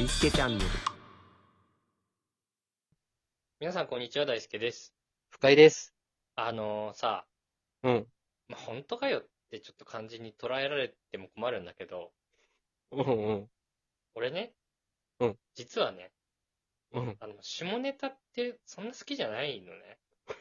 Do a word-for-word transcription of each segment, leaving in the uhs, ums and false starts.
大輔チャンネル。 皆さんこんにちは、大輔です。 深井です。 あのー、さ、 うん。 まあ、本当かよってちょっと感じに捉えられても困るんだけど、 うんうん。 俺ね、 うん。 実はね、 うん。 あの、下ネタってそんな好きじゃないのね。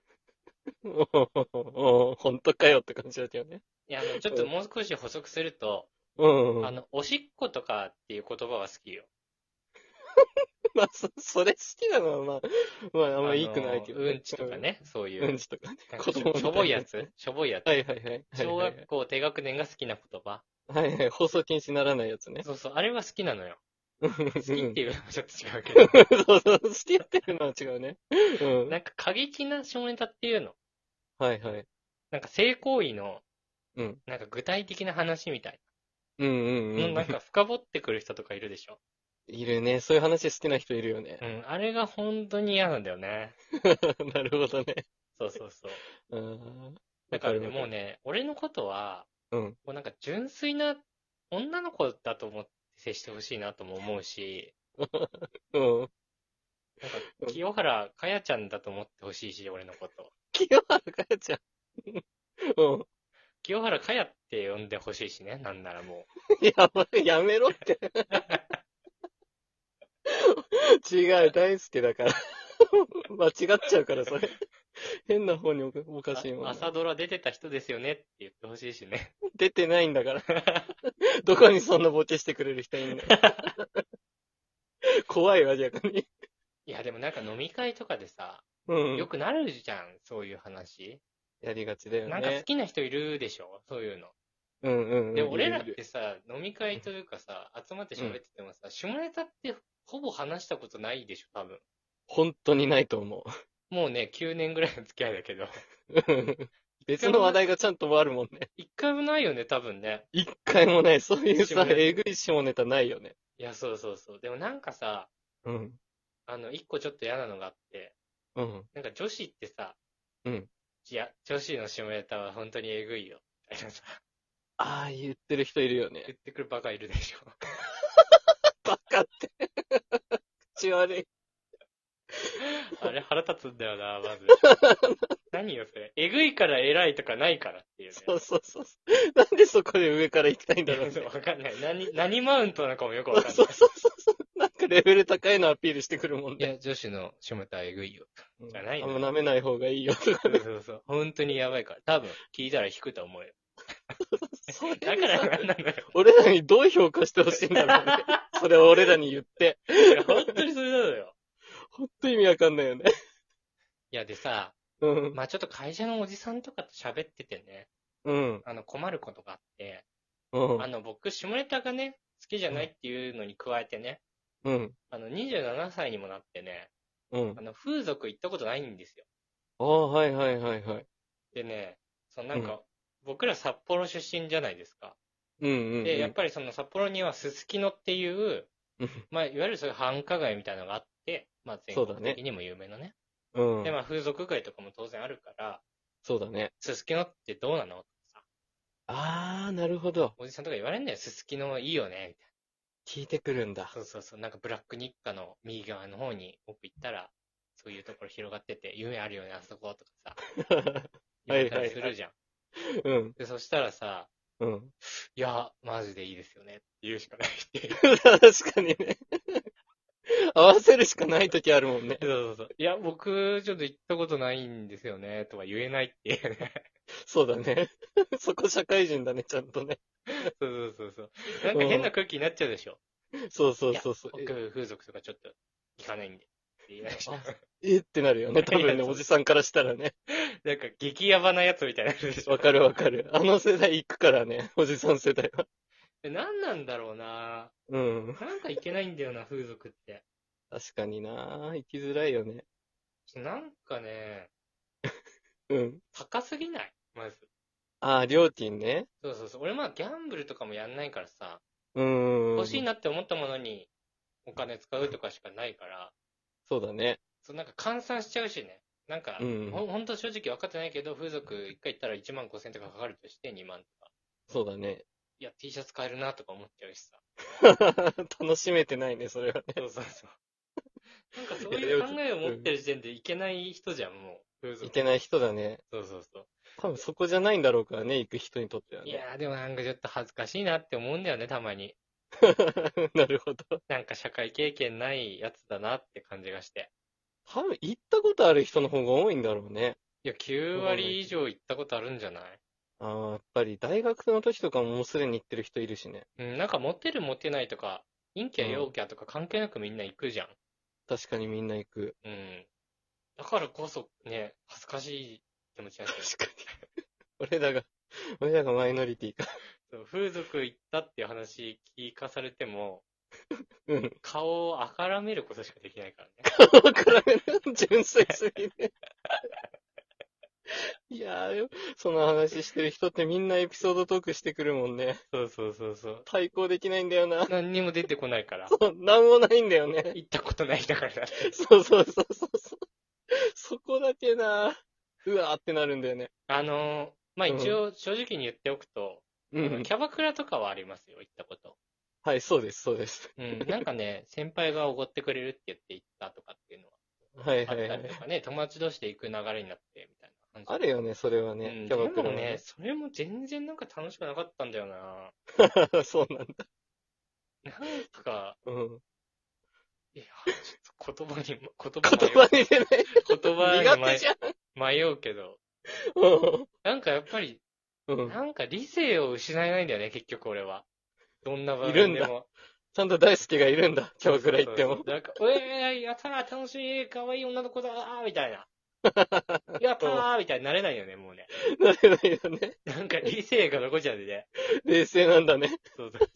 お本当かよって感じだったよね。 いや、あの、ちょっともう少し補足すると、 うん。うん。 あの、おしっことかっていう言葉は好きよ。 まあ、そ、それ好きなのは、まあ、まあ、あんまあいいくないのー、うんけどね。 ちとかね、そういう、 うん。うんちとかね。 なんか子供みしょしょぼいたいなやつね。 やつしょぼいやつ。 はいはいはい。はい小はいはい。 学校低学年が好きな言葉。 はいはい。放送禁止にならないやつね。 そうそう、あれは好きなのよ。 うん好きってうん。 いうのはちょっと違うけど。 そうそう。好きっていうのは違うね。うん。 なんか過激な下ネタっていうの。 はいはい。 なんか性行為の、 うん。 なんか具体的な話みたいうんうんな。の、 うん。 なんか深掘ってくる人とかいるでしょ。 いるね。そういう話好きな人いるよね。 うん、あれが本当に嫌なんだよね。 なるほどね。 そうそうそう。 あーわだからね、 かるわかる。 もうね、俺のことは、 うん。 もうなんか純粋な女の子だと思って接してほしいなとも思うし、 うん。 なんか清原かやちゃんだと思ってほしいし、俺のこと。 清原かやちゃん。うん。 清原かやって呼んでほしいしね、なんならもやばい、やめろって。違う、大好きだから。間違っちゃうから、それ。変な方におかおう。あかしいもんな。 朝ドラ出てた人ですよねって言ってほしいしね。 出てないんだから。どこにそんなボケしてくれる人いんの？怖いわ、逆に。 いや、でもなんか飲み会とかでさ、 うん。 よくなるじゃん、そういう話。 やりがちだよね。 なんか好きな人いるでしょ、そういうの。 うんうんで、 うん。い俺らっるいる。 てさ、飲み会というかさ、集まってうん。 喋っててもさ、下ネタってほぼ話したことないでしょ、多分。 本当にないと思もうね、きゅうねんぐらいの付き合いだけど。 う。別の話題がちゃんとあるもんね。 一回もないよね、多分ね。 一回もない。そういうさ、 下ネタえぐい下ネタないよね。 いや、そうそうそう。でもなんかさ、 うん。 あの、一個ちょっと嫌なのがあって、 うん。 なんか女子ってさ、 うん。 いや、女子の下ネタは本当にえぐいよ。みたいなさ、 ああ、言ってる人いるよね。 言ってくるバカいるでしょ。 バカって。口悪い。 あれ腹立つんだよな、まず。何よ、それ。えぐいから偉いとかないからっていうね。 そうそうそう。なんでそこで上から行きたいんだろうね。 そうわかんない。何、何マウントなのかもよくわかんない。 そうそうそうそう。なんかレベル高いのアピールしてくるもんね。 いや、女子の下ネタえぐいよ。 うんじゃないあのんま舐めない方がいいよとかそうね。 そうそう。本当にやばいから。多分、聞いたら引くと思うよ。 それだからなんなんだよ。 俺らにどう評価してほしいんだろうね。それを俺らに言って。 いや、本当にそれなのよ。 ほんと意味わかんないよね。 いや、でさ、 うん。 まあちょっと会社のおじさんとかと喋っててね、 うん。 あの、困ることがあって、 うん。 あの、僕、下ネタがね、好きじゃないっていうのに加えてね、 うん。 あの、にじゅうななさいにもなってね、 うんあ。の、風俗行ったことないんですよ。 ああ、はいはいはいはい。 でね、そのなんか、僕ら札幌出身じゃないですか。 うんうんうん。 で、やっぱりその札幌にはすすきのっていう、 うんまあ、いわゆるそういう繁華街みたいなのがあって、まあ、全そうだね国的にも有名なね。 うん。 で、まあ、風俗街とかも当然あるから、 そうだね。 すすきのってどうなのとかさ、 ああ、なるほど。 おじさんとか言われんだよ、すすきのいいよね、みたい聞いてくるんだな。。そうそうそう、なんかブラック日課の右側の方に僕行ったら、そういうところ広がってて、夢あるよね、あそことかさ、言われたりするじゃん。 うん。 で、そしたらさ、 うん。 いや、マジでいいですよねって言うしかないっていう。 確かにね。合わせるしかない時あるもんね。 そうそうそう。いや、僕、ちょっと行ったことないんですよね、とは言えないっていうね。 そうだね。そこ社会人だね、ちゃんとね。 そうそうそうそう。なんか変な空気になっちゃうでしょ。 そうそういやそうそう。 僕、風俗とかちょっと行かないんで。って言いました。 あえってなるよね。多分ね、 いやそうおじさんからしたらね。 なんか激ヤバなやつみたいになるでしょ。 わかるわかる。あの世代行くからね、おじさん世代は。 で何なんだろうなうん。 なんか行けないんだよな、風俗って。 確かにな行きづらいよね。 なんかね、 うん。 高すぎないまず。 ああ、料金ね。 そうそうそう。俺まあギャンブルとかもやんないからさ、 うーん。 欲しいなって思ったものにお金使うとかしかないから、 そうだね。 そうなんか換算しちゃうしね。なんか、 うんほほんと正直分かってないけど、風俗一回行ったらいちまんごせんとかかかるとしてにまんとか。 そうだね。 いや、T シャツ買えるなとか思っちゃうしさ。 楽しめてないね、それはね。 そうそうそう。なんかそういう考えを持ってる時点でいけない人じゃん、もう。風俗いけない人だね。 そうそうそう。 多分そこじゃないんだろうからね、行く人にとってはね。 いやー、でもなんかちょっと恥ずかしいなって思うんだよね、たまに。 なるほど。 なんか社会経験ないやつだなって感じがして。 多分行ったことある人の方が多いんだろうね。 いや、きゅう割以上行ったことあるんじゃない？ ああ、やっぱり大学の時とかももうすでに行ってる人いるしね。 うん、なんかモテるモテないとか、陰キャ陽キャとか関係なくみんな行くじゃん。 確かにみんな行く。 うん。だからこそね、恥ずかしい気持ちになっちゃう。 確かに。俺らが、俺らがマイノリティか。 そう風俗行ったっていう話聞かされても、 うん。 顔をあからめることしかできないからね。 わからない。純粋すぎね。いやー、その話してる人ってみんなエピソードトークしてくるもんね。 そうそうそうそう。 対抗できないんだよな。 何にも出てこないから。 そう、なんもないんだよね。 行ったことないんだからだって。 そうそうそうそうそう。そこだけな、うわーってなるんだよね。 あのー、まあ、一応正直に言っておくと、 うん。 あのキャバクラとかはありますよ、行ったこと。 はい、そうです、そうです。 うん。なんかね、先輩がおごってくれるって言って行ったとかっていうのははいあっはいはい。 たりとかね、友達同士で行く流れになって、みたいな感じ。 あるよね、それはうね。 ん。 キャバでもね、 クラはね。 それも全然なんか楽しくなかったんだよな。 そうなんだ。 なんか、 うん。 いや、ちょっと言葉に、言葉言葉に出ない。 言葉に迷苦手じゃん。 迷うけど、 うんなんかやっぱり、 うん。 なんか理性を失えないんだよね、結局俺は。どんな場いるんだ面でも。 ちゃんと大好きがいるんだ。キャバクラ行ってもそうそう。そうなんか、えー、やったー、楽しい、可愛い女の子だー、みたいな。やったー、みたいになれないよね、もうね。 なれないよね。 なんか理性が残っちゃうんでね。 冷静なんだね。 そうそう。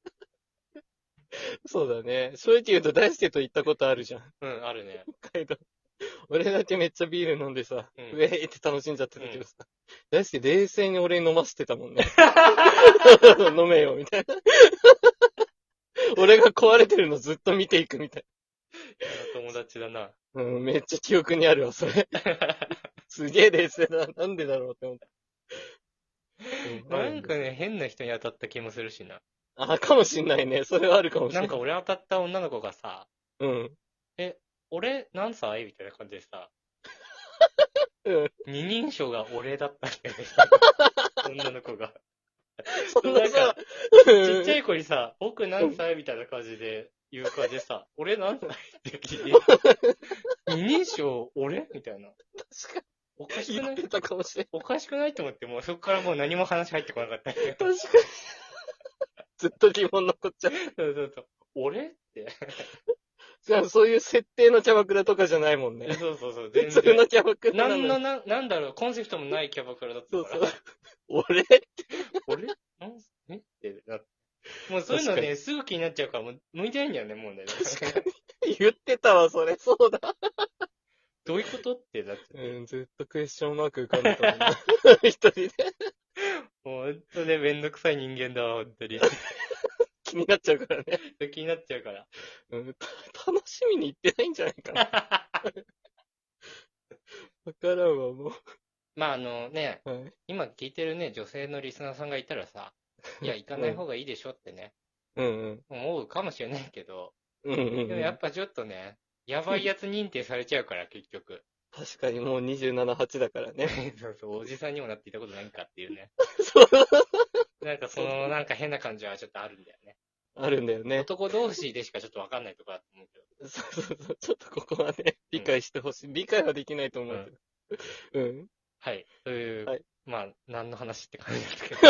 そうだね。正直言うと大輔と行ったことあるじゃん。 うん、あるね。 北海道。俺だけめっちゃビール飲んでさ、 うんウェーイって楽しんじゃってたけどさ、大輔冷静に俺に飲ませてたもんね。飲めよ、みたいな。俺が壊れてるのずっと見ていくみたい嫌な友達だな。 な。うん、めっちゃ記憶にあるわ、それ。すげえ冷静だ。なんでだろうって思った。 なんかね、変な人に当たった気もするしな。 あ、かもしんないね。それはあるかもしれない。 なんか俺当たった女の子がさ、 うん。 俺何歳みたいな感じでさ、 うん。 二人称が俺だったんだよね。女の子が。 そんなさ、 ちっちゃい子にさ、僕何歳みたいな感じで言う感じでさ、俺何歳って聞いて、二人称俺みたいな。 確かおかしに言ってくないたかもしれおかしくないと思って、もうそこからもう何も話入ってこなかった。 ない。確かに。ずっと疑問残っちゃう。 そうそうそう。俺って。 じゃあそういう設定のキャバクラとかじゃないもんね。 そうそうそう。全普通然。 のキャバクラなのに。 なんのな、なんだろう、コンセプトもないキャバクラだったそうから。 そう。俺俺なんえってなって。もうそういうのね、すぐ気になっちゃうから、もう向いてないんだよね、もうね。 確かに。言ってたわ、それ。そうだ。 どういうことってなっちゃって。 うん、ずっとクエスチョンマーク浮かんでたもんな。一人で。 もうほんとね、めんどくさい人間だわ、ほんとに。 気になっちゃうからね。 気になっちゃうから。 うん、た楽しみに行ってないんじゃないかな。わからんわ、もまああのね、 う。はい。 今聞いてるね、女性のリスナーさんがいたらさ、いや、行かない方がいいでしょってね、 うんうん。 思うかもしれないけど、 うんうんうん。 でもやっぱちょっとね、やばいやつ認定されちゃうから、結局。 確かにもうにじゅうなな、はちだからね。 そうそう、おじさんにもなっていたことないんかっていうね。 そう。 なんかその、なんか変な感じはちょっとあるんだよね。 あるんだよね。 男同士でしかちょっとわかんないとこだと思うけど。 そうそうそう。ちょっとここはね、理解してほしい。理解はできないと思うけど。うん。 はい。という、 はいまあ、何の話って感じですけど。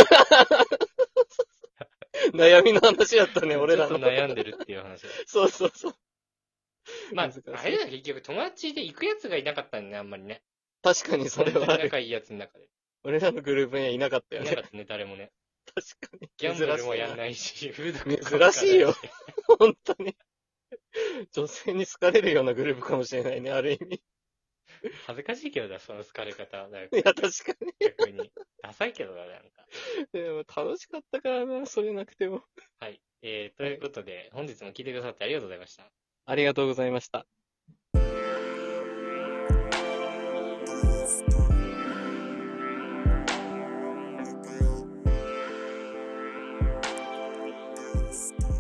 悩みの話だったね、俺らの。 ちょっと悩んでるっていう話です。 そうそうそう。 まあ難しい、 あれだよ、結局友達で行くやつがいなかったんだね、あんまりね。 確かにそれはある。 本当に仲いいやつの中で。 俺らのグループにはいなかったよね。 いなかったね、誰もね。 確かに。 ギャンブルもやんないし、フード珍しいよ。本当に。女性に好かれるようなグループかもしれないね、ある意味。 恥ずかしいけどな、その好かれ方。だよいや、確かに。 逆に。ダサいけどな、なんか。 でも楽しかったからな、それなくても。 はい。えー、ということで、本日も聞いてくださってありがとうございました。 ありがとうございました。 ます。